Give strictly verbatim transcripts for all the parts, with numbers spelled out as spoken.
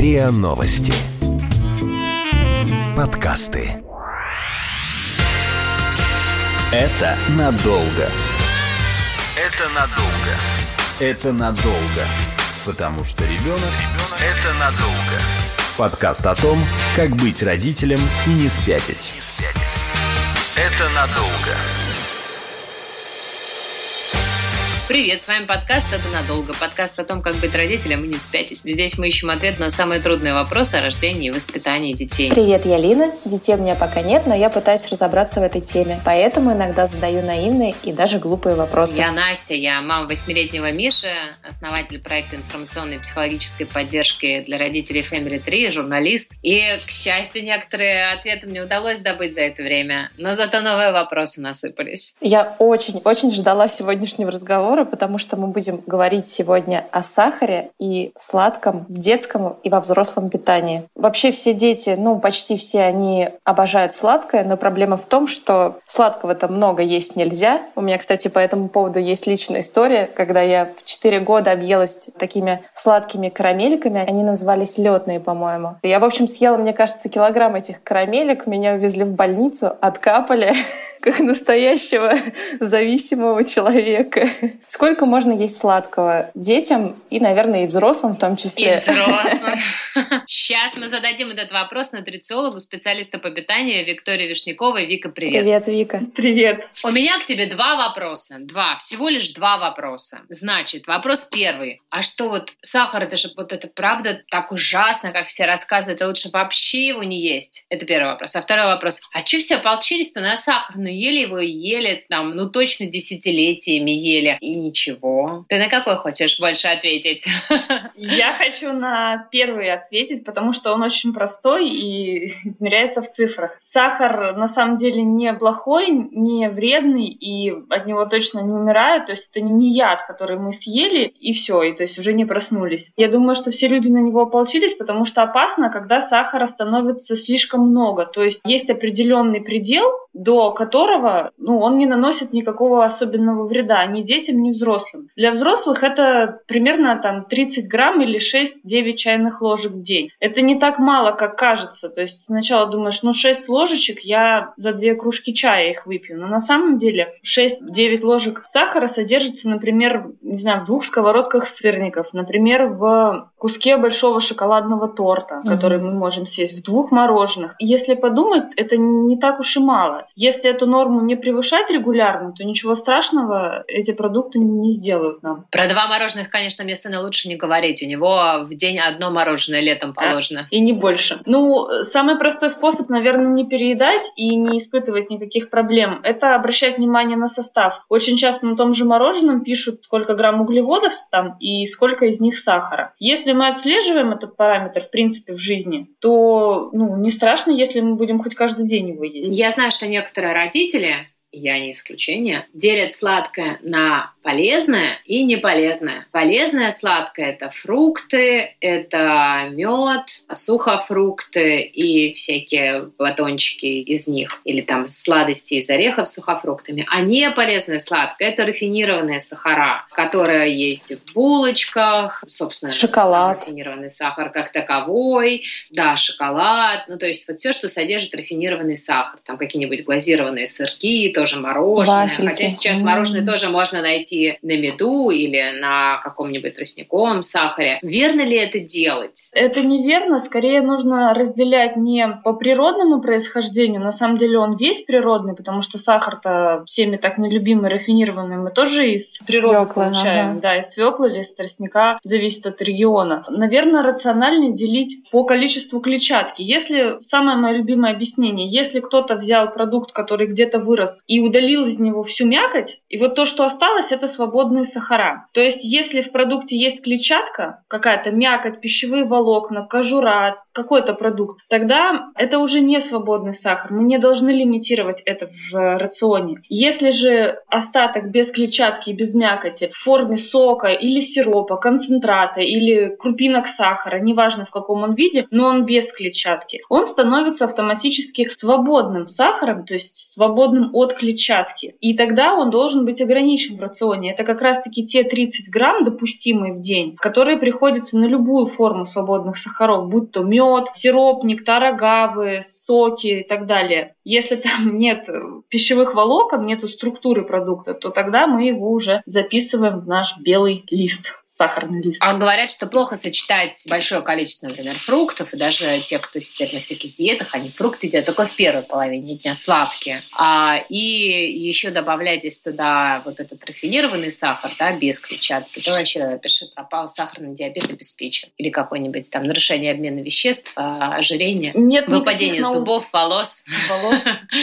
РИА Новости. Подкасты. Это надолго. Это надолго. Это надолго. Потому что ребенок – это надолго. Подкаст о том, как быть родителем и не спятить. Это надолго. Привет, с вами подкаст «Это надолго». Подкаст о том, как быть родителем и не спятить. Здесь мы ищем ответ на самые трудные вопросы о рождении и воспитании детей. Привет, я Лина. Детей у меня пока нет, но я пытаюсь разобраться в этой теме. Поэтому иногда задаю наивные и даже глупые вопросы. Я Настя, я мама восьмилетнего Миши, основатель проекта информационной и психологической поддержки для родителей Family три, журналист. И, к счастью, некоторые ответы мне удалось добыть за это время, но зато новые вопросы насыпались. Я очень-очень ждала сегодняшнего разговора, потому что мы будем говорить сегодня о сахаре и сладком в детском и во взрослом питании. Вообще все дети, ну почти все, они обожают сладкое, но проблема в том, что сладкого-то много есть нельзя. У меня, кстати, по этому поводу есть личная история, когда я в четыре года объелась такими сладкими карамельками, они назывались лётные, по-моему. Я, в общем, съела, мне кажется, килограмм этих карамелек, меня увезли в больницу, откапали, как настоящего зависимого человека. Сколько можно есть сладкого детям и, наверное, и взрослым в том числе? И взрослым. Сейчас мы зададим этот вопрос нутрициологу, специалисту по питанию Виктории Вишняковой. Вика, привет. Привет, Вика. Привет. У меня к тебе два вопроса. Два. Всего лишь два вопроса. Значит, вопрос первый. А что вот сахар, это же вот это правда так ужасно, как все рассказывают, это лучше вообще его не есть? Это первый вопрос. А второй вопрос. А что все ополчились-то на сахар? Ну, ели его, ели там, ну, точно десятилетиями ели. И ничего. Ты на какой хочешь больше ответить? Я хочу на первый ответить, потому что он очень простой и измеряется в цифрах. Сахар на самом деле не плохой, не вредный, и от него точно не умирают. То есть это не яд, который мы съели, и все, и то есть уже не проснулись. Я думаю, что все люди на него ополчились, потому что опасно, когда сахара становится слишком много. То есть есть определенный предел, до которого ну, он не наносит никакого особенного вреда ни детям, ни взрослым. Для взрослых это примерно там, тридцать грамм или шесть-девять чайных ложек в день. Это не так мало, как кажется. То есть сначала думаешь, ну шесть ложечек, я за две кружки чая их выпью. Но на самом деле шесть-девять ложек сахара содержится, например, не знаю, в двух сковородках сырников, например, в куске большого шоколадного торта, mm-hmm. который мы можем съесть, в двух мороженых. И если подумать, это не так уж и мало. Если эту норму не превышать регулярно, то ничего страшного эти продукты не сделают нам. Про два мороженых, конечно, мне сына лучше не говорить. У него в день одно мороженое летом положено. А, и не больше. Ну, самый простой способ, наверное, не переедать и не испытывать никаких проблем, это обращать внимание на состав. Очень часто на том же мороженом пишут, сколько грамм углеводов там и сколько из них сахара. Если мы отслеживаем этот параметр, в принципе, в жизни, то ну, не страшно, если мы будем хоть каждый день его есть. Я знаю, что некоторые родители, я не исключение, делят сладкое на полезное и неполезное. Полезное сладкое – это фрукты, это мед, сухофрукты и всякие батончики из них, или там сладости из орехов с сухофруктами. А неполезное сладкое – это рафинированные сахара, которые есть в булочках, собственно, шоколад. Рафинированный сахар как таковой, да, шоколад, ну то есть вот все, что содержит рафинированный сахар, там какие-нибудь глазированные сырки, тоже мороженое. Вафельки. Хотя сейчас Mm-hmm. мороженое тоже можно найти на меду или на каком-нибудь тростниковом сахаре. Верно ли это делать? Это неверно. Скорее нужно разделять не по природному происхождению. На самом деле он весь природный, потому что сахар-то всеми так нелюбимый, рафинированный, мы тоже из природы свеклы, получаем. Ага. Да, из свеклы или из тростника. Зависит от региона. Наверное, рациональнее делить по количеству клетчатки. Если, самое мое любимое объяснение, если кто-то взял продукт, который где-то вырос, и удалил из него всю мякоть, и вот то, что осталось, это свободные сахара. То есть, если в продукте есть клетчатка, какая-то мякоть, пищевые волокна, кожура, какой-то продукт, тогда это уже не свободный сахар. Мы не должны лимитировать это в рационе. Если же остаток без клетчатки и без мякоти в форме сока или сиропа, концентрата или крупинок сахара, неважно в каком он виде, но он без клетчатки, он становится автоматически свободным сахаром, то есть свободным от клетчатки. И тогда он должен быть ограничен в рационе. Это как раз-таки те тридцать грамм, допустимые в день, которые приходятся на любую форму свободных сахаров, будь то мед, сироп, нектар агавы, соки и так далее. Если там нет пищевых волокон, нет структуры продукта, то тогда мы его уже записываем в наш белый лист, сахарный лист. А говорят, что плохо сочетать большое количество, например, фруктов, и даже те, кто сидят на всяких диетах, они фрукты едят только в первой половине дня, сладкие. А, и еще добавлять здесь туда вот этот рафинированный сахар, да, без клетчатки, то вообще, пиши, пропал, сахарный диабет обеспечен. Или какое-нибудь там нарушение обмена веществ, ожирение, нет выпадение наук... зубов, волос. волос,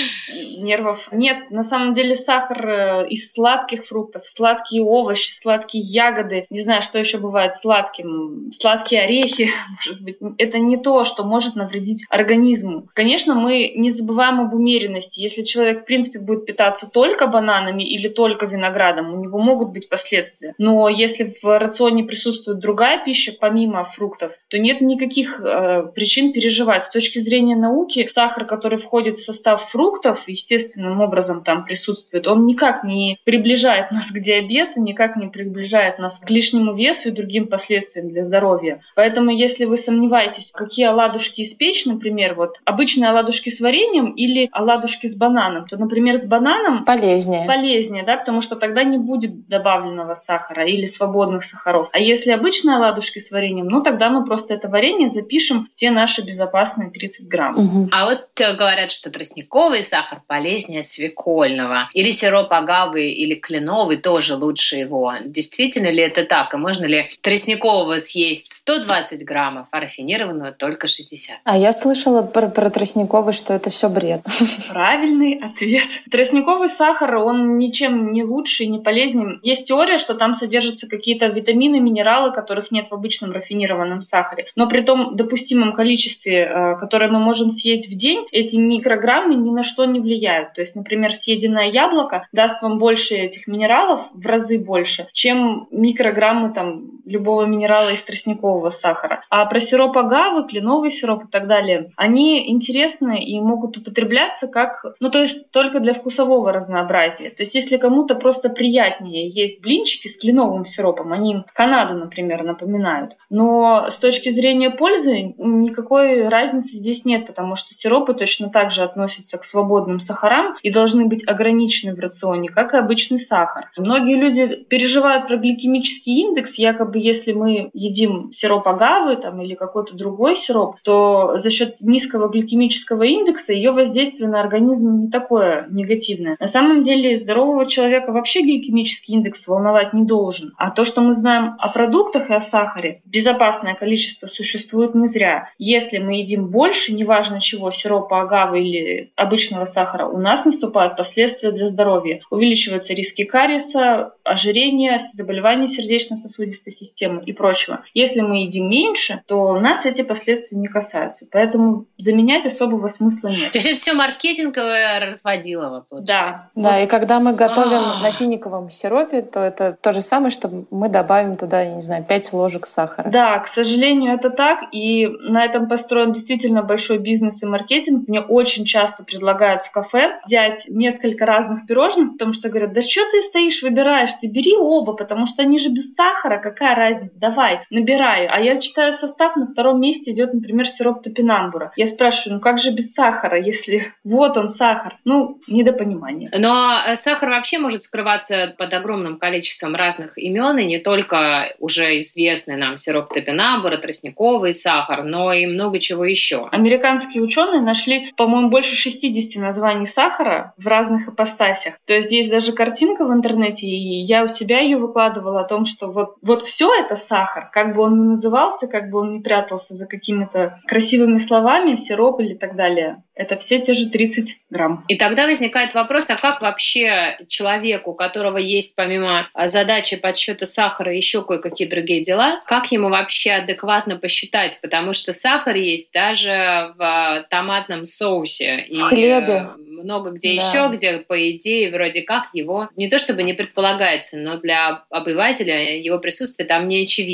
нервов. Нет, на самом деле сахар из сладких фруктов, сладкие овощи, сладкие ягоды, не знаю, что еще бывает сладким, сладкие орехи, может быть, это не то, что может навредить организму. Конечно, мы не забываем об умеренности. Если человек, в принципе, будет питаться только бананами или только виноградом, у него могут быть последствия. Но если в рационе присутствует другая пища, помимо фруктов, то нет никаких э, причин переживать. С точки зрения науки, сахар, который входит в состав фруктов, естественным образом там присутствует, он никак не приближает нас к диабету, никак не приближает нас к лишнему весу и другим последствиям для здоровья. Поэтому, если вы сомневаетесь, какие оладушки испечь, например, вот обычные оладушки с вареньем или оладушки с бананом, то, например, с бананом полезнее, полезнее, да, потому что тогда не будет добавленного сахара или свободных сахаров. А если обычные оладушки с вареньем, ну тогда мы просто это варенье запишем в те наши безопасные тридцать грамм. Угу. А вот говорят, что тростниковый сахар полезнее свекольного. Или сироп агавы или кленовый тоже лучше его. Действительно ли это так? И можно ли тростникового съесть сто двадцать граммов, а рафинированного только шестьдесят? А я слышала про, про тростниковый, что это все бред. Правильный ответ. Тростниковый сахар, он ничем не лучше и не полезнее. Есть теория, что там содержатся какие-то витамины, минералы, которых нет в обычном рафинированном сахаре. Но при том допустимом количестве, которое мы можем съесть в день, эти микрограммы ни на что не влияют. То есть, например, съеденное яблоко даст вам больше этих минералов, в разы больше, чем микрограммы там, любого минерала из тростникового сахара. А про сироп агавы, кленовый сироп и так далее, они интересны и могут употребляться как, ну то есть только для вкусового разнообразия. То есть если кому-то просто приятнее есть блинчики с кленовым сиропом, они Канаду, например, напоминают. Но с точки зрения пользы никакой разницы здесь нет, потому что сиропы точно так же относятся к свободным сахарам и должны быть ограничены в рационе, как и обычный сахар. Многие люди переживают про гликемический индекс, якобы если мы едим сироп агавы там, или какой-то другой сироп, то за счет низкого гликемического индекса ее воздействие на организм не такое негативное. На самом деле здорового человека вообще гликемический индекс волновать не должен. А то, что мы знаем о продуктах и о сахаре, безопасное количество существует не зря. Если мы едим больше, неважно чего, сиропа агавы или обычного сахара, у нас наступают последствия для здоровья. Увеличиваются риски кариеса, ожирения, заболеваний сердечно-сосудистой системы и прочего. Если мы едим меньше, то нас эти последствия не касаются. Поэтому заменять особого смысла нет. То есть это все маркетинговое разводилово, получается? Да. Да, и когда мы готовим А-а-а. на финиковом сиропе, то это то же самое, что мы добавим туда, я не знаю, пять ложек сахара. Да, к сожалению, это так. И на этом построен действительно большой бизнес и маркетинг. Мне очень часто предлагают в кафе взять несколько разных пирожных, потому что говорят, да что ты стоишь, выбираешь, ты бери оба, потому что они же без сахара, какая разница, давай, набирай. А я читаю состав, на втором месте идет, например, сироп топинамбура. Я спрашиваю, ну как же без сахара, если вот он сахар? Ну, недопонимание. Но сахар вообще может скрываться под огромным количеством разных имен, и не только уже известный нам сироп топинамбура, тростниковый сахар, но и много чего еще. Американские ученые нашли, по-моему, больше шестьдесят названий сахара в разных ипостасях. То есть есть даже картинка в интернете, и я у себя ее выкладывала о том, что вот, вот все это сахар, как бы он ни назывался, как бы он ни прятался за какими-то красивыми словами, сироп или так далее. Это все те же тридцать грамм. И тогда возникает вопрос, а как вообще человеку, у которого есть помимо задачи подсчета сахара еще кое-какие другие дела, как ему вообще адекватно посчитать? Потому что сахар есть даже в томатном соусе. В и хлебе. Много где Да. еще, где, по идее, вроде как его не то чтобы не предполагается, но для обывателя его присутствие там не очевидно.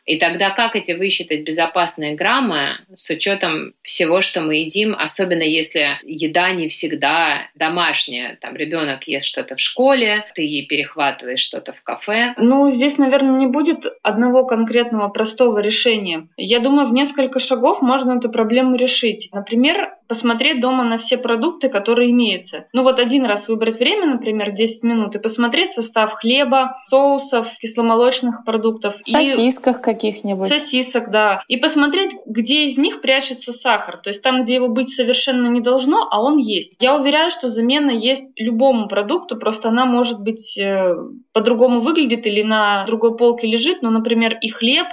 И тогда как эти высчитать безопасные граммы с учетом всего, что мы едим, особенно если еда не всегда домашняя. Там ребенок ест что-то в школе, ты ей перехватываешь что-то в кафе. Ну, здесь, наверное, не будет одного конкретного простого решения. Я думаю, в несколько шагов можно эту проблему решить. Например, посмотреть дома на все продукты, которые имеются. Ну вот один раз выбрать время, например, десять минут, и посмотреть состав хлеба, соусов, кисломолочных продуктов. Сосисках и... каких-нибудь. Сосисок, да. И посмотреть, где из них прячется сахар. То есть там, где его быть совершенно не должно, а он есть. Я уверяю, что замена есть любому продукту, просто она может быть э, по-другому выглядит или на другой полке лежит. Ну, например, и хлеб,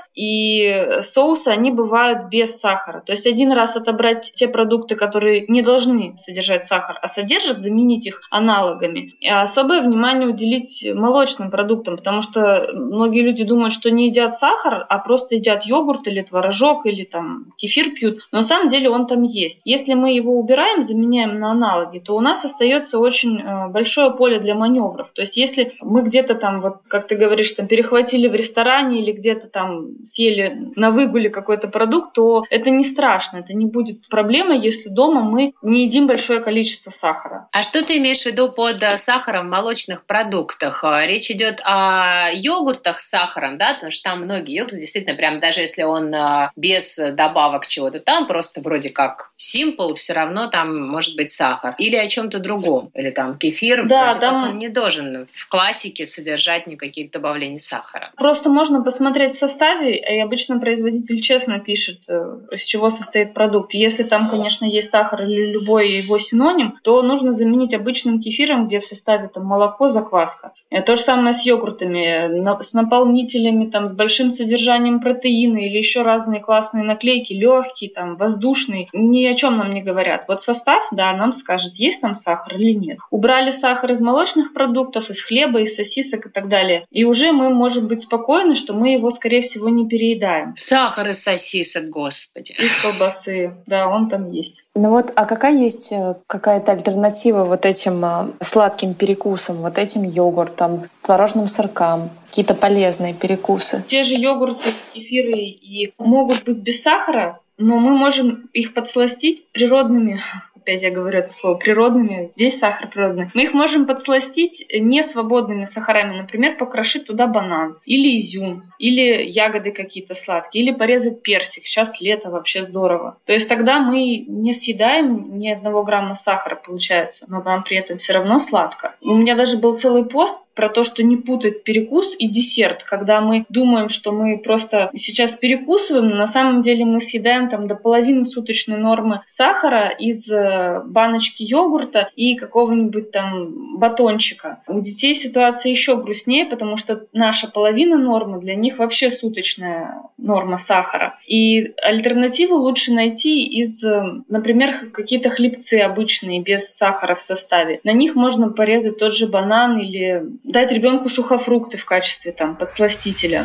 и соусы, они бывают без сахара. То есть один раз отобрать те продукты, которые не должны содержать сахар, а содержат, заменить их аналогами. И особое внимание уделить молочным продуктам, потому что многие люди думают, что не едят сахар, а просто едят йогурт или творожок, или там кефир пьют. Но на самом деле он там есть. Если мы его убираем, заменяем на аналоги, то у нас остается очень большое поле для маневров. То есть если мы где-то там, вот как ты говоришь, там перехватили в ресторане или где-то там съели на выгуле какой-то продукт, то это не страшно, это не будет проблемой, если дома мы не едим большое количество сахара. А что ты имеешь в виду под сахаром в молочных продуктах? Речь идет о йогуртах с сахаром, да? Потому что там многие йогурты, действительно, прям даже если он без добавок чего-то там, просто вроде как simple, все равно там может быть сахар. Или о чем-то другом. Или там кефир, да, вроде там... как он не должен в классике содержать никаких добавлений сахара. Просто можно посмотреть в составе, и обычно производитель честно пишет, из чего состоит продукт. Если там, конечно, есть сахар или любой его синоним, то нужно заменить обычным кефиром, где в составе там молоко, закваска. То же самое с йогуртами, с наполнителями, там, с большим содержанием протеина или еще разные классные наклейки, легкие, там, воздушные, ни о чем нам не говорят. Вот состав, да, нам скажет, есть там сахар или нет. Убрали сахар из молочных продуктов, из хлеба, из сосисок и так далее. И уже мы можем быть спокойны, что мы его, скорее всего, не переедаем. Сахар из сосисок, господи. Из колбасы, да, он там есть. Ну вот, а какая есть какая-то альтернатива вот этим сладким перекусам, вот этим йогуртам, творожным сыркам? Какие-то полезные перекусы? Те же йогурты, кефиры и могут быть без сахара, но мы можем их подсластить природными, опять я говорю это слово, природными, здесь сахар природный. Мы их можем подсластить несвободными сахарами, например, покрошить туда банан или изюм, или ягоды какие-то сладкие, или порезать персик. Сейчас лето, вообще здорово. То есть тогда мы не съедаем ни одного грамма сахара, получается, но нам при этом все равно сладко. У меня даже был целый пост про то, что не путать перекус и десерт, когда мы думаем, что мы просто сейчас перекусываем, но на самом деле мы съедаем там до половины суточной нормы сахара из баночки йогурта и какого-нибудь там батончика. У детей ситуация еще грустнее, потому что наша половина нормы для них вообще суточная норма сахара. И альтернативу лучше найти из, например, какие-то хлебцы обычные, без сахара в составе. На них можно порезать тот же банан или дать ребенку сухофрукты в качестве там подсластителя.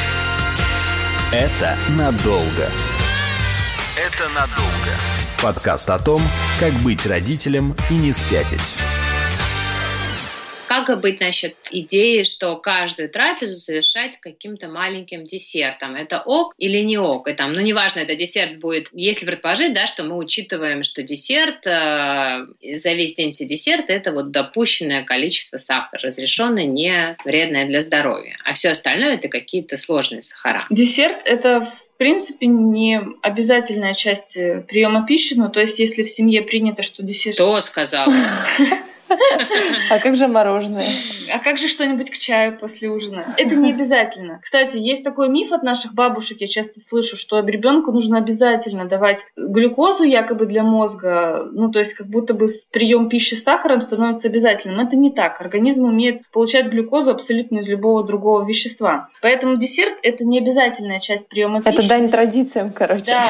Это надолго. Это надолго. Подкаст о том, как быть родителем и не спятить. Как быть насчет идеи, что каждую трапезу завершать каким-то маленьким десертом? Это ок или не ок? И там, ну, неважно, это десерт будет, если предположить, да, что мы учитываем, что десерт, э, за весь день все десерты, это вот допущенное количество сахара, разрешенное, не вредное для здоровья. А все остальное это какие-то сложные сахара. Десерт — это в принципе не обязательная часть приема пищи, ну, то есть если в семье принято, что десерт... Кто сказал? А как же мороженое? А как же что-нибудь к чаю после ужина? Это не обязательно. Кстати, есть такой миф от наших бабушек, я часто слышу, что ребенку нужно обязательно давать глюкозу якобы для мозга, ну то есть как будто бы прием пищи с сахаром становится обязательным. Это не так. Организм умеет получать глюкозу абсолютно из любого другого вещества. Поэтому десерт — это не обязательная часть приема пищи. Это дань традициям, короче. Да.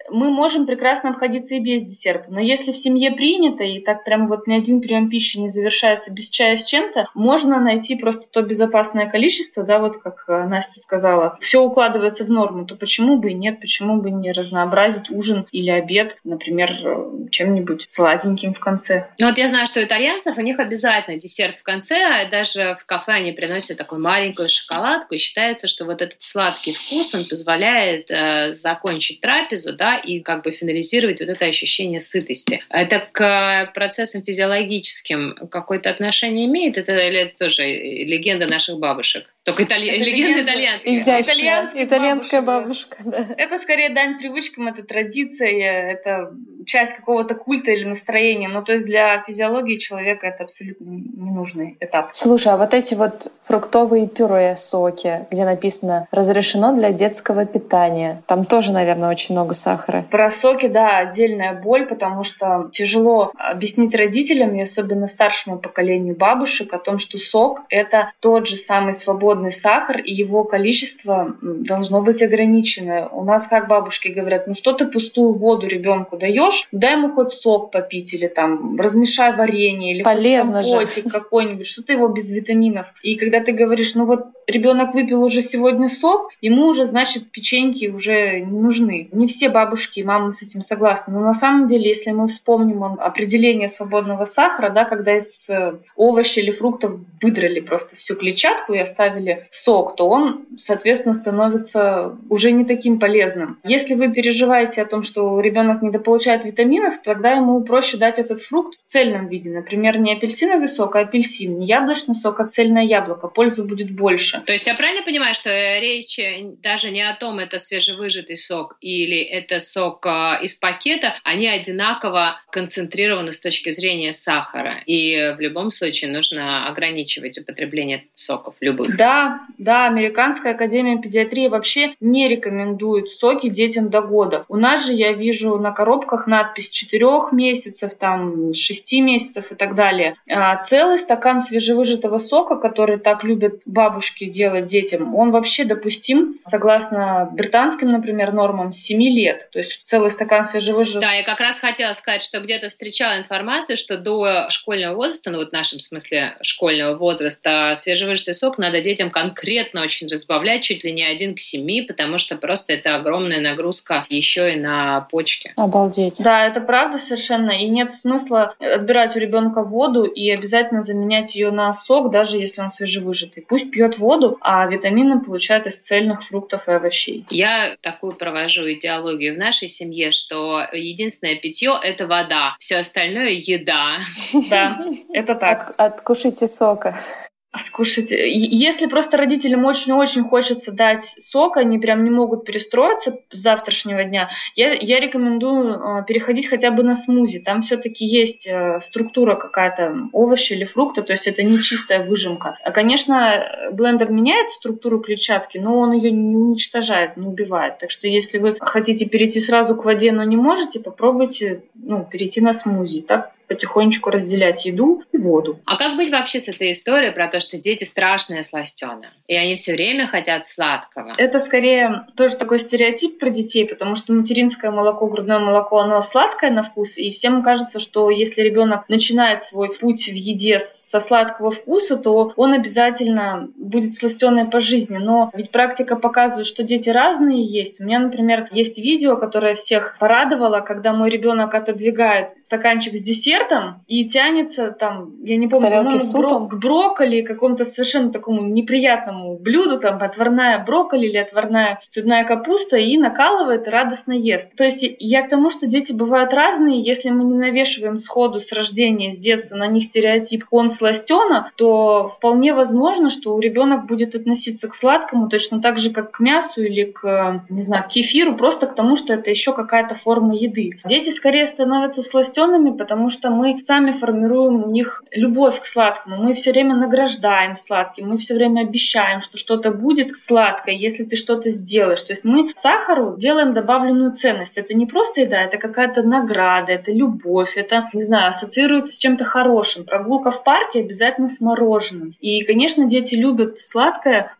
мы можем прекрасно обходиться и без десерта. Но если в семье принято, и так прям вот ни один прием пищи не завершается без чая с чем-то, можно найти просто то безопасное количество, да, вот как Настя сказала, все укладывается в норму, то почему бы и нет, почему бы не разнообразить ужин или обед, например, чем-нибудь сладеньким в конце. Ну вот я знаю, что у итальянцев у них обязательно десерт в конце, а даже в кафе они приносят такую маленькую шоколадку, и считается, что вот этот сладкий вкус, он позволяет э, закончить трапезу, да, и как бы финализировать вот это ощущение сытости. Это к процессам физиологическим какое-то отношение имеет? Это, или это тоже легенда наших бабушек? Только итали... легенда итальянская. Изящная. Итальянская бабушка. бабушка да. Это скорее дань привычкам, это традиция, это часть какого-то культа или настроения. Ну, то есть для физиологии человека это абсолютно ненужный этап. Слушай, а вот эти вот фруктовые пюре, соки, где написано «разрешено для детского питания», там тоже, наверное, очень много сахара. Про соки, да, отдельная боль, потому что тяжело объяснить родителям, и особенно старшему поколению бабушек, о том, что сок — это тот же самый свободный сахар, и его количество должно быть ограничено. У нас, как бабушки говорят, ну что ты пустую воду ребенку даешь, дай ему хоть сок попить, или там размешай варенье, или полезно хоть компотик же. какой-нибудь, что-то его без витаминов. И когда ты говоришь, ну вот ребенок выпил уже сегодня сок, ему уже, значит, печеньки уже не нужны. Не все бабушки и мамы с этим согласны. Но на самом деле, если мы вспомним определение свободного сахара, да, когда из овощей или фруктов выдрали просто всю клетчатку и оставили сок, то он, соответственно, становится уже не таким полезным. Если вы переживаете о том, что ребенок недополучает витаминов, тогда ему проще дать этот фрукт в цельном виде. Например, не апельсиновый сок, а апельсин, не яблочный сок, а цельное яблоко. Пользы будет больше. То есть я правильно понимаю, что речь даже не о том, это свежевыжатый сок или это сок из пакета, они одинаково концентрированы с точки зрения сахара. И в любом случае нужно ограничивать употребление соков любых. Да, да, Американская академия педиатрии вообще не рекомендует соки детям до года. У нас же я вижу на коробках надпись четырех месяцев, там, шести месяцев и так далее. А целый стакан свежевыжатого сока, который так любят бабушки делать детям, он вообще допустим, согласно британским, например, нормам, с семи лет. То есть целый стакан свежевыжатого. Да, я как раз хотела сказать, что где-то встречала информацию, что до школьного возраста, ну вот в нашем смысле школьного возраста, свежевыжатый сок надо детям конкретно очень разбавлять, чуть ли не один к семи, потому что просто это огромная нагрузка еще и на почки. Обалдеть. Да, это правда совершенно. И нет смысла отбирать у ребенка воду и обязательно заменять ее на сок, даже если он свежевыжатый. Пусть пьет воду, а витамины получает из цельных фруктов и овощей. Я такую провожу идеологию в нашей семье, что единственное питье — это вода, все остальное — еда. Да, это так. От, откушайте сока. Откушать. Если просто родителям очень-очень хочется дать сок, они прям не могут перестроиться с завтрашнего дня, я, я рекомендую переходить хотя бы на смузи. Там все-таки есть структура какая-то овоща или фрукта, то есть это не чистая выжимка. А, конечно, блендер меняет структуру клетчатки, но он ее не уничтожает, не убивает. Так что если вы хотите перейти сразу к воде, но не можете, попробуйте ну, перейти на смузи. Так потихонечку разделять еду и воду. А как быть вообще с этой историей про то, что дети страшные сластены, и они все время хотят сладкого? Это скорее тоже такой стереотип про детей, потому что материнское молоко, грудное молоко, оно сладкое на вкус, и всем кажется, что если ребенок начинает свой путь в еде со сладкого вкуса, то он обязательно будет сластённый по жизни. Но ведь практика показывает, что дети разные есть. У меня, например, есть видео, которое всех порадовало, когда мой ребенок отодвигает стаканчик с десертом и тянется там, я не помню, по-моему, к брокколи, какому-то совершенно такому неприятному блюду, там отварная брокколи или отварная цветная капуста, и накалывает и радостно ест. То есть я к тому, что дети бывают разные, если мы не навешиваем сходу с рождения, с детства на них стереотип «он сластёна», то вполне возможно, что ребенок будет относиться к сладкому точно так же, как к мясу или к, не знаю, к кефиру, просто к тому, что это еще какая-то форма еды. Дети скорее становятся сластёными, потому что мы сами формируем у них любовь к сладкому. Мы все время награждаем сладким, мы все время обещаем, что что-то будет сладкое, если ты что-то сделаешь. То есть мы сахару делаем добавленную ценность. Это не просто еда, это какая-то награда, это любовь, это, не знаю, ассоциируется с чем-то хорошим. Прогулка в парке обязательно с мороженым. И, конечно, дети любят сладкое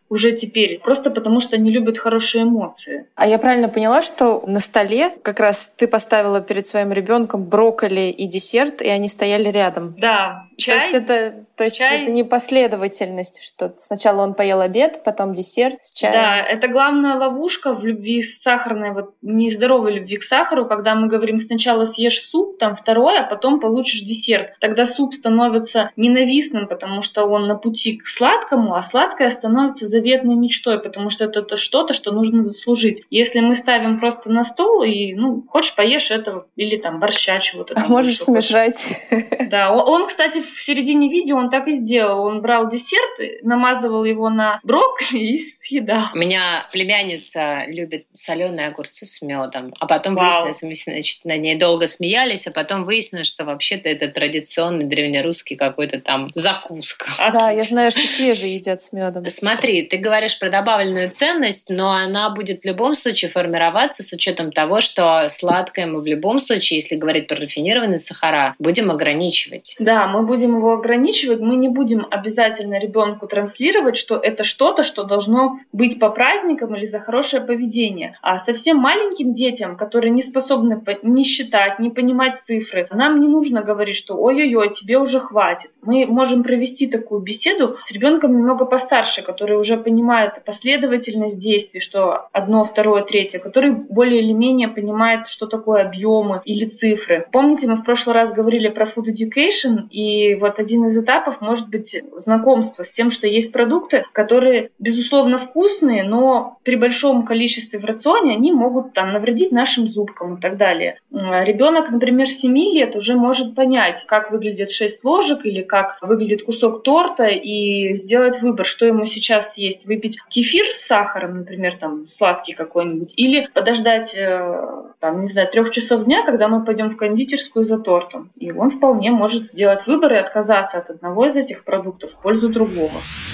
уже теперь, просто потому что они любят хорошие эмоции. А я правильно поняла, что на столе как раз ты поставила перед своим ребенком брокколи и десерт, и они стояли рядом? Да. Чай, то есть это, то есть чай. это не последовательность, что сначала он поел обед, потом десерт с чаем. Да, это главная ловушка в любви с сахарной, вот нездоровой любви к сахару, когда мы говорим сначала съешь суп, там второй, а потом получишь десерт. Тогда суп становится ненавистным, потому что он на пути к сладкому, а сладкое становится заветной мечтой, потому что это что-то, что нужно заслужить. Если мы ставим просто на стол и, ну, хочешь, поешь этого, или там борща чего-то. А можешь смешать. Да, он, кстати, в середине видео он так и сделал. Он брал десерт, намазывал его на брокколи и съедал. У меня племянница любит соленые огурцы с медом, а потом Вау. выяснилось, мы значит, над ней долго смеялись, а потом выяснилось, что вообще-то это традиционный древнерусский какой-то там закуска. А, да, я знаю, что свежие едят с медом. Смотри, ты говоришь про добавленную ценность, но она будет в любом случае формироваться с учетом того, что сладкое мы в любом случае, если говорить про рафинированные сахара, будем ограничивать. Да, мы будем его ограничивать, мы не будем обязательно ребенку транслировать, что это что-то, что должно быть по праздникам или за хорошее поведение. А совсем маленьким детям, которые не способны не считать, не понимать цифры, нам не нужно говорить, что ой-ой-ой, тебе уже хватит. Мы можем провести такую беседу с ребенком немного постарше, который уже понимает последовательность действий, что одно, второе, третье, который более или менее понимает, что такое объемы или цифры. Помните, мы в прошлый раз говорили про food education, и вот один из этапов может быть знакомство с тем, что есть продукты, которые, безусловно, вкусные, но при большом количестве в рационе они могут там навредить нашим зубкам и так далее. Ребенок, например, семи лет уже может понять, как выглядит шесть ложек или как выглядит кусок торта, и сделать выбор, что ему сейчас съесть. Выпить кефир с сахаром, например, там сладкий какой-нибудь, или подождать, там, не знаю, трех часов дня, когда мы пойдем в кондитерскую за тортом. И он вполне может сделать выбор и отказаться от одного из этих продуктов в пользу другого.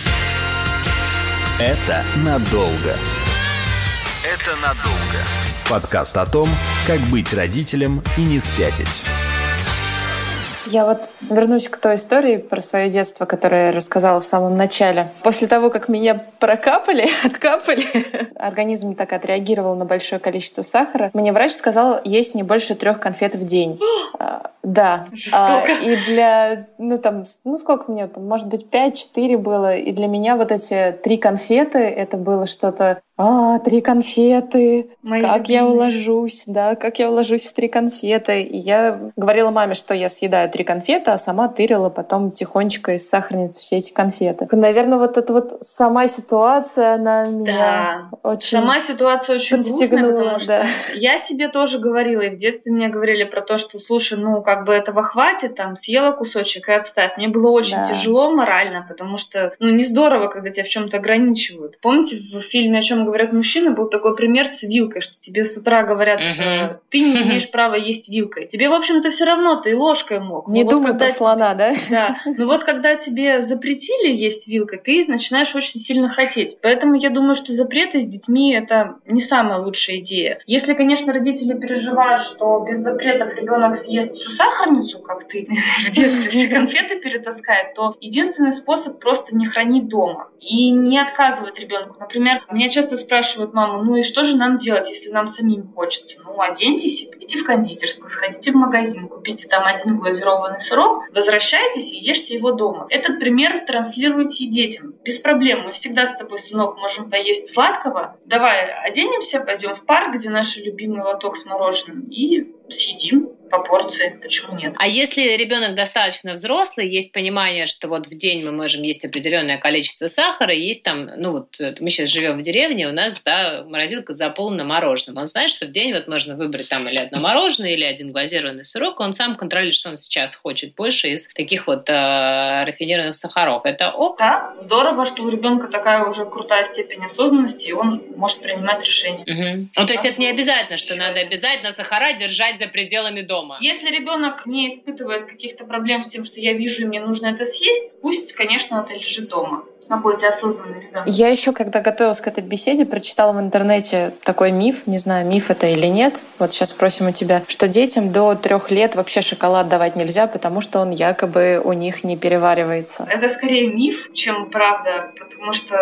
Это надолго. Это надолго. Подкаст о том, как быть родителем и не спятить. Я вот вернусь к той истории про свое детство, которую я рассказала в самом начале. После того, как меня прокапали, откапали, организм так отреагировал на большое количество сахара, мне врач сказал есть не больше трех конфет в день. Да. А, и для, ну там, ну сколько мне там, может быть, пять-четыре было. И для меня вот эти три конфеты, это было что-то, а, три конфеты, Мои как любимые. Я уложусь, да, как я уложусь в три конфеты. И я говорила маме, что я съедаю три конфеты, а сама тырила потом тихонечко из сахарницы все эти конфеты. Наверное, вот эта вот сама ситуация, она меня да. очень Сама ситуация очень грустная, потому что да. я себе тоже говорила, и в детстве мне говорили про то, что, слушай, ну, как бы этого хватит, там, съела кусочек и отставь. Мне было очень да. тяжело морально, потому что, ну, не здорово, когда тебя в чем-то ограничивают. Помните, в фильме «О чем говорят мужчины» был такой пример с вилкой, что тебе с утра говорят, uh-huh. ты не имеешь права есть вилкой. Тебе, в общем-то, все равно, ты и ложкой мог. Не Но думай вот про слона, да? Да. Но вот когда тебе запретили есть вилкой, ты начинаешь очень сильно хотеть. Поэтому я думаю, что запреты с детьми — это не самая лучшая идея. Если, конечно, родители переживают, что без запретов ребенок съест всю сахарницу, как ты в детстве все конфеты перетаскает, то единственный способ просто не хранить дома и не отказывать ребенку. Например, меня часто спрашивают маму, ну и что же нам делать, если нам самим хочется? Ну, оденьтесь, идите в кондитерскую, сходите в магазин, купите там один глазированный сырок, возвращайтесь и ешьте его дома. Этот пример транслируйте и детям. Без проблем. Мы всегда с тобой, сынок, можем поесть сладкого. Давай оденемся, пойдем в парк, где наш любимый лоток с мороженым, и съедим по порции, почему нет? А если ребенок достаточно взрослый, есть понимание, что вот в день мы можем есть определенное количество сахара, есть там, ну вот мы сейчас живем в деревне, у нас, да, морозилка заполнена мороженым. Он знает, что в день вот можно выбрать там или одно мороженое, или один глазированный сырок, он сам контролирует, что он сейчас хочет больше из таких вот э, рафинированных сахаров. Это ок? Да, здорово, что у ребенка такая уже крутая степень осознанности, и он может принимать решения. Угу. Ну, то есть это не обязательно, что надо обязательно сахара держать за пределами дома. Если ребенок не испытывает каких-то проблем с тем, что я вижу, и мне нужно это съесть, пусть, конечно, это лежит дома. Какой-то осознанный ребенок. Я еще, когда готовилась к этой беседе, прочитала в интернете такой миф, не знаю, миф это или нет, вот сейчас спросим у тебя, что детям до трех лет вообще шоколад давать нельзя, потому что он якобы у них не переваривается. Это скорее миф, чем правда, потому что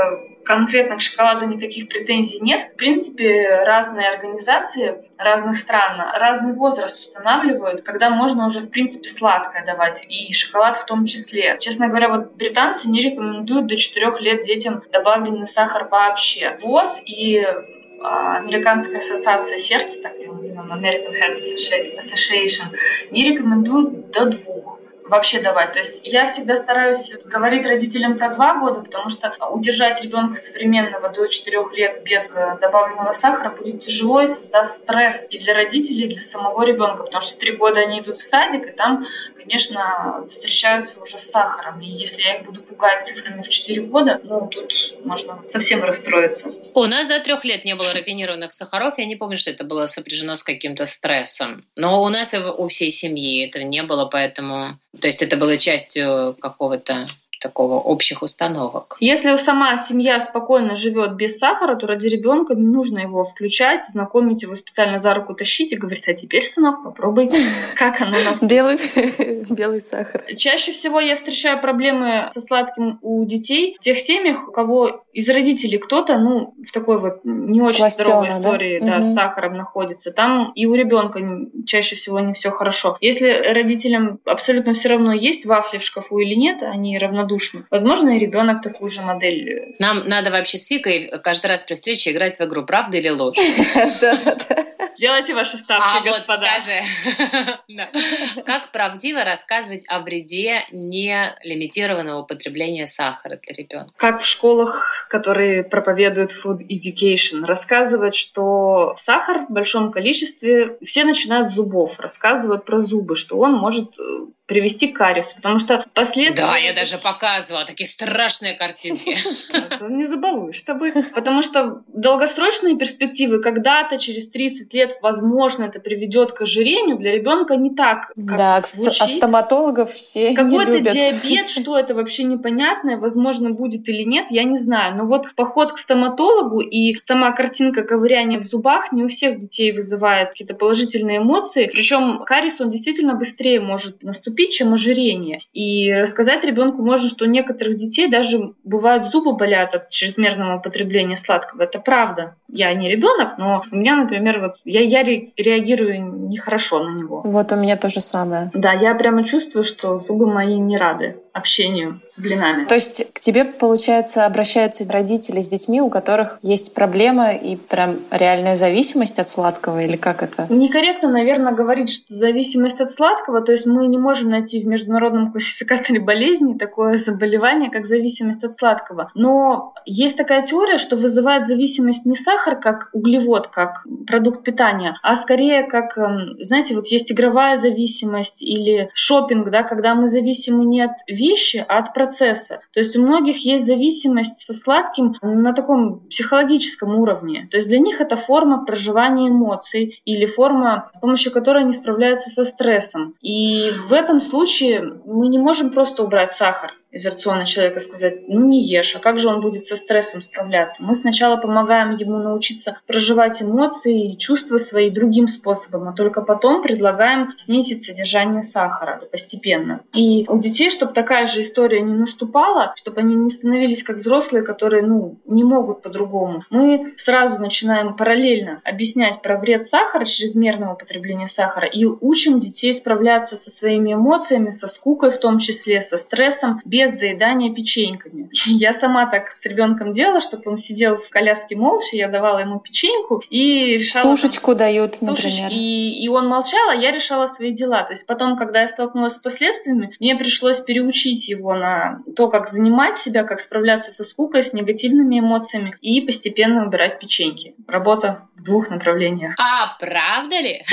конкретно к шоколаду никаких претензий нет. В принципе, разные организации разных стран разный возраст устанавливают, когда можно уже, в принципе, сладкое давать, и шоколад в том числе. Честно говоря, вот британцы не рекомендуют до четырёх лет детям добавленный сахар вообще. ВОЗ и Американская ассоциация сердца, так ее называем, American Heart Association, не рекомендуют до двух вообще давать. То есть я всегда стараюсь говорить родителям про два года, потому что удержать ребенка современного до четырех лет без добавленного сахара будет тяжело и создаст стресс и для родителей, и для самого ребенка, потому что три года они идут в садик, и там, конечно, встречаются уже с сахаром. И если я их буду пугать цифрами в четыре года, ну, тут можно совсем расстроиться. У нас до трех лет не было рафинированных сахаров. Я не помню, что это было сопряжено с каким-то стрессом. Но у нас и у всей семьи этого не было, поэтому... То есть это было частью какого-то такого общих установок. Если сама семья спокойно живет без сахара, то ради ребенка не нужно его включать, знакомить его, специально за руку тащить и говорить: а теперь, сынок, попробуй, как оно на вкус. Белый, белый сахар. Чаще всего я встречаю проблемы со сладким у детей, в тех семьях, у кого из родителей кто-то, ну, в такой вот не очень Сластёна, здоровой истории, да? да, Угу. с сахаром находится. Там и у ребенка чаще всего не все хорошо. Если родителям абсолютно все равно, есть вафли в шкафу или нет, они равнодушны, возможно, и ребенок такую же модель. Нам надо вообще с Викой каждый раз при встрече играть в игру «Правда или ложь?». Да-да-да. Делайте ваши ставки, а господа. Вот скажи, да. Как правдиво рассказывать о вреде нелимитированного употребления сахара для ребенка? Как в школах, которые проповедуют food education, рассказывать, что сахар в большом количестве, все начинают с зубов, рассказывают про зубы, что он может привести к кариесу, потому что последствия... Да, я даже показывала такие страшные картинки. Не забалуешь с тобой. Потому что долгосрочные перспективы, когда-то через тридцать лет, возможно, это приведет к ожирению, для ребенка не так, как Да, звучит. А стоматологов все не Какой-то любят. диабет, что это вообще непонятное, возможно, будет или нет, я не знаю. Но вот поход к стоматологу и сама картинка ковыряния в зубах не у всех детей вызывает какие-то положительные эмоции. Причем кариес, он действительно быстрее может наступить, чем ожирение. И рассказать ребенку можно, что у некоторых детей даже бывают зубы болят от чрезмерного употребления сладкого. Это правда. Я не ребенок, но у меня, например, вот я, я реагирую нехорошо на него. Вот у меня то же самое. Да, я прямо чувствую, что зубы мои не рады общению с блинами. То есть к тебе, получается, обращаются родители с детьми, у которых есть проблема и прям реальная зависимость от сладкого, или как это? Некорректно, наверное, говорить, что зависимость от сладкого, то есть мы не можем найти в международном классификаторе болезней такое заболевание, как зависимость от сладкого. Но есть такая теория, что вызывает зависимость не сахар как углевод, как продукт питания, а скорее как, знаете, вот есть игровая зависимость или шопинг, да, когда мы зависимы не от вещи, а от процесса. То есть у многих есть зависимость со сладким на таком психологическом уровне. То есть для них это форма проживания эмоций или форма, с помощью которой они справляются со стрессом. И в этом случае мы не можем просто убрать сахар из рациона человека, сказать: ну не ешь, а как же он будет со стрессом справляться? Мы сначала помогаем ему научиться проживать эмоции и чувства свои другим способом, а только потом предлагаем снизить содержание сахара постепенно. И у детей, чтобы такая же история не наступала, чтобы они не становились как взрослые, которые ну, не могут по-другому, мы сразу начинаем параллельно объяснять про вред сахара, чрезмерного употребления сахара, и учим детей справляться со своими эмоциями, со скукой в том числе, со стрессом, без без заедания печеньками. Я сама так с ребенком делала, чтобы он сидел в коляске молча, я давала ему печеньку и решала... Сушечку там, дают, например. Сушечки, и, и он молчал, а я решала свои дела. То есть потом, когда я столкнулась с последствиями, мне пришлось переучить его на то, как занимать себя, как справляться со скукой, с негативными эмоциями и постепенно убирать печеньки. Работа в двух направлениях. А правда ли?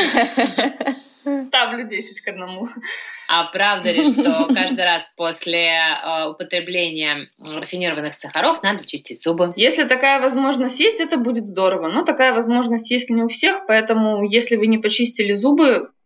Ставлю десять к одному. А правда ли, что каждый раз после э, употребления рафинированных сахаров надо чистить зубы? Если такая возможность есть, это будет здорово. Но такая возможность есть не у всех, поэтому если вы не почистили зубы,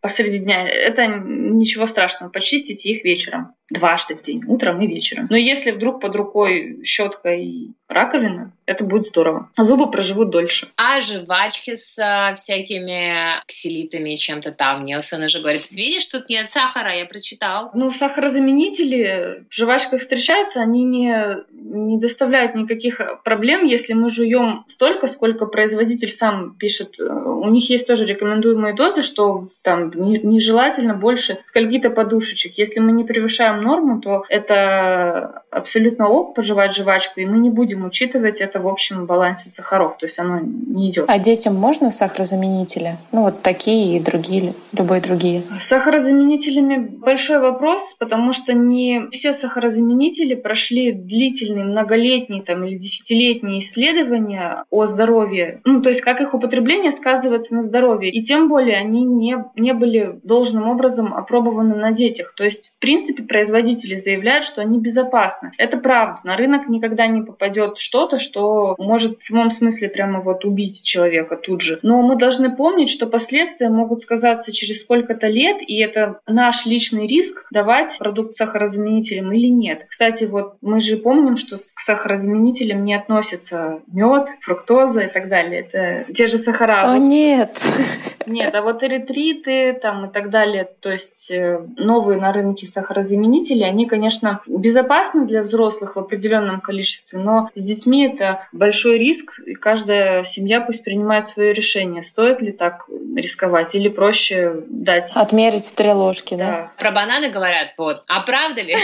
посреди дня, это ничего страшного. Почистите их вечером. Дважды в день, утром и вечером. Но если вдруг под рукой щетка и раковина, это будет здорово. А зубы проживут дольше. А жвачки с а, всякими ксилитами и чем-то там. Нилсон уже говорит, видишь, тут нет сахара, я прочитал. Ну, сахарозаменители в жвачках встречаются, они не, не доставляют никаких проблем, если мы жуем столько, сколько производитель сам пишет. У них есть тоже рекомендуемые дозы, что там нежелательно больше скольки-то подушечек. Если мы не превышаем норму, то это абсолютно ок пожевать жвачку, и мы не будем учитывать это в общем балансе сахаров, то есть оно не идет. А детям можно сахарозаменители? Ну вот такие и другие, любые другие. С сахарозаменителями большой вопрос, потому что не все сахарозаменители прошли длительные, многолетние там, или десятилетние исследования о здоровье, ну то есть как их употребление сказывается на здоровье, и тем более они не, не были должным образом опробованы на детях. То есть в принципе производители заявляют, что они безопасны. Это правда. На рынок никогда не попадет что-то, что может в прямом смысле прямо вот убить человека тут же. Но мы должны помнить, что последствия могут сказаться через сколько-то лет, и это наш личный риск давать продукт с сахарозаменителем или нет. Кстати, вот мы же помним, что к сахарозаменителям не относятся мед, фруктоза и так далее. Это те же сахара. О, нет! Нет, а вот эритриты там и так далее, то есть новые на рынке сахарозаменители, они, конечно, безопасны для взрослых в определенном количестве, но с детьми это большой риск, и каждая семья пусть принимает свое решение, стоит ли так рисковать или проще дать. Отмерить три ложки, да? да? Про бананы говорят, вот. А правда ли,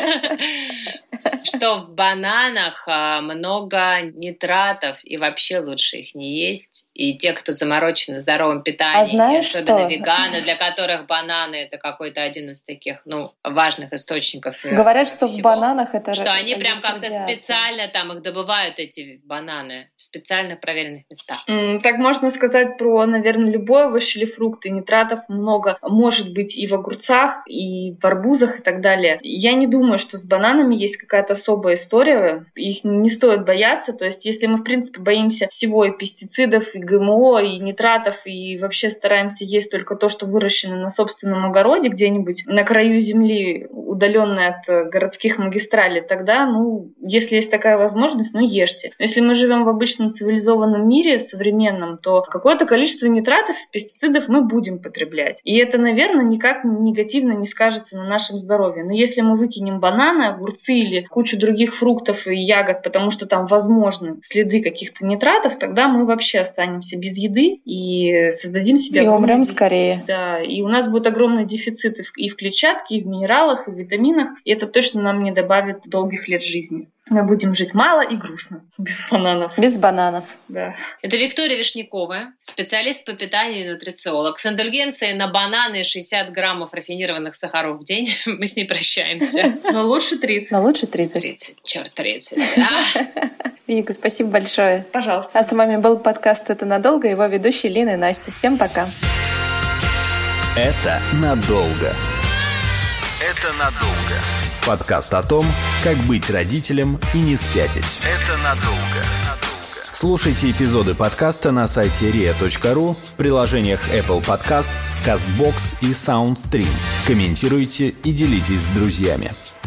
что в бананах много нитратов и вообще лучше их не есть? И те, кто заморочены здоровым питанием, а знаешь, особенно что? веганы, для которых бананы это какой-то один из таких, ну, важных источников. Говорят, что всего. В бананах это что они прям как-то радиация. Специально там их добывают, эти бананы, в специально проверенных местах. Mm, так можно сказать про, наверное, любой овощ или фрукты. Нитратов много может быть и в огурцах, и в арбузах и так далее. Я не думаю, что с бананами есть какая-то особая история. Их не стоит бояться. То есть, если мы, в принципе, боимся всего и пестицидов, и ГМО, и нитратов, и вообще стараемся есть только то, что выращено на собственном огороде где-нибудь на краю земли, удаленной от городских магистралей, тогда, ну, если есть такая возможность, ну, ешьте. Но если мы живем в обычном цивилизованном мире, современном, то какое-то количество нитратов, пестицидов мы будем потреблять. И это, наверное, никак негативно не скажется на нашем здоровье. Но если мы выкинем бананы, огурцы или кучу других фруктов и ягод, потому что там возможны следы каких-то нитратов, тогда мы вообще останемся без еды и создадим себе... И умрем дефицит. скорее. Да, и у нас будет огромный дефицит и в клетчатке, и в минералах, и в витаминах, и это точно нам не добавит долгих лет жизни. Мы будем жить мало и грустно, без бананов. Без бананов. Да. Это Виктория Вишнякова, специалист по питанию и нутрициолог. С индульгенцией на бананы шестьдесят граммов рафинированных сахаров в день. Мы с ней прощаемся. Но лучше тридцать. Но лучше тридцать. тридцать. Черт, тридцать. Вика, спасибо большое. Пожалуйста. А с вами был подкаст «Это надолго», его ведущие Лина и Настя. Всем пока. Это надолго. Это надолго. Подкаст о том, как быть родителем и не спятить. Это надолго. Слушайте эпизоды подкаста на сайте риа точка ру, в приложениях Apple Podcasts, CastBox и SoundStream. Комментируйте и делитесь с друзьями.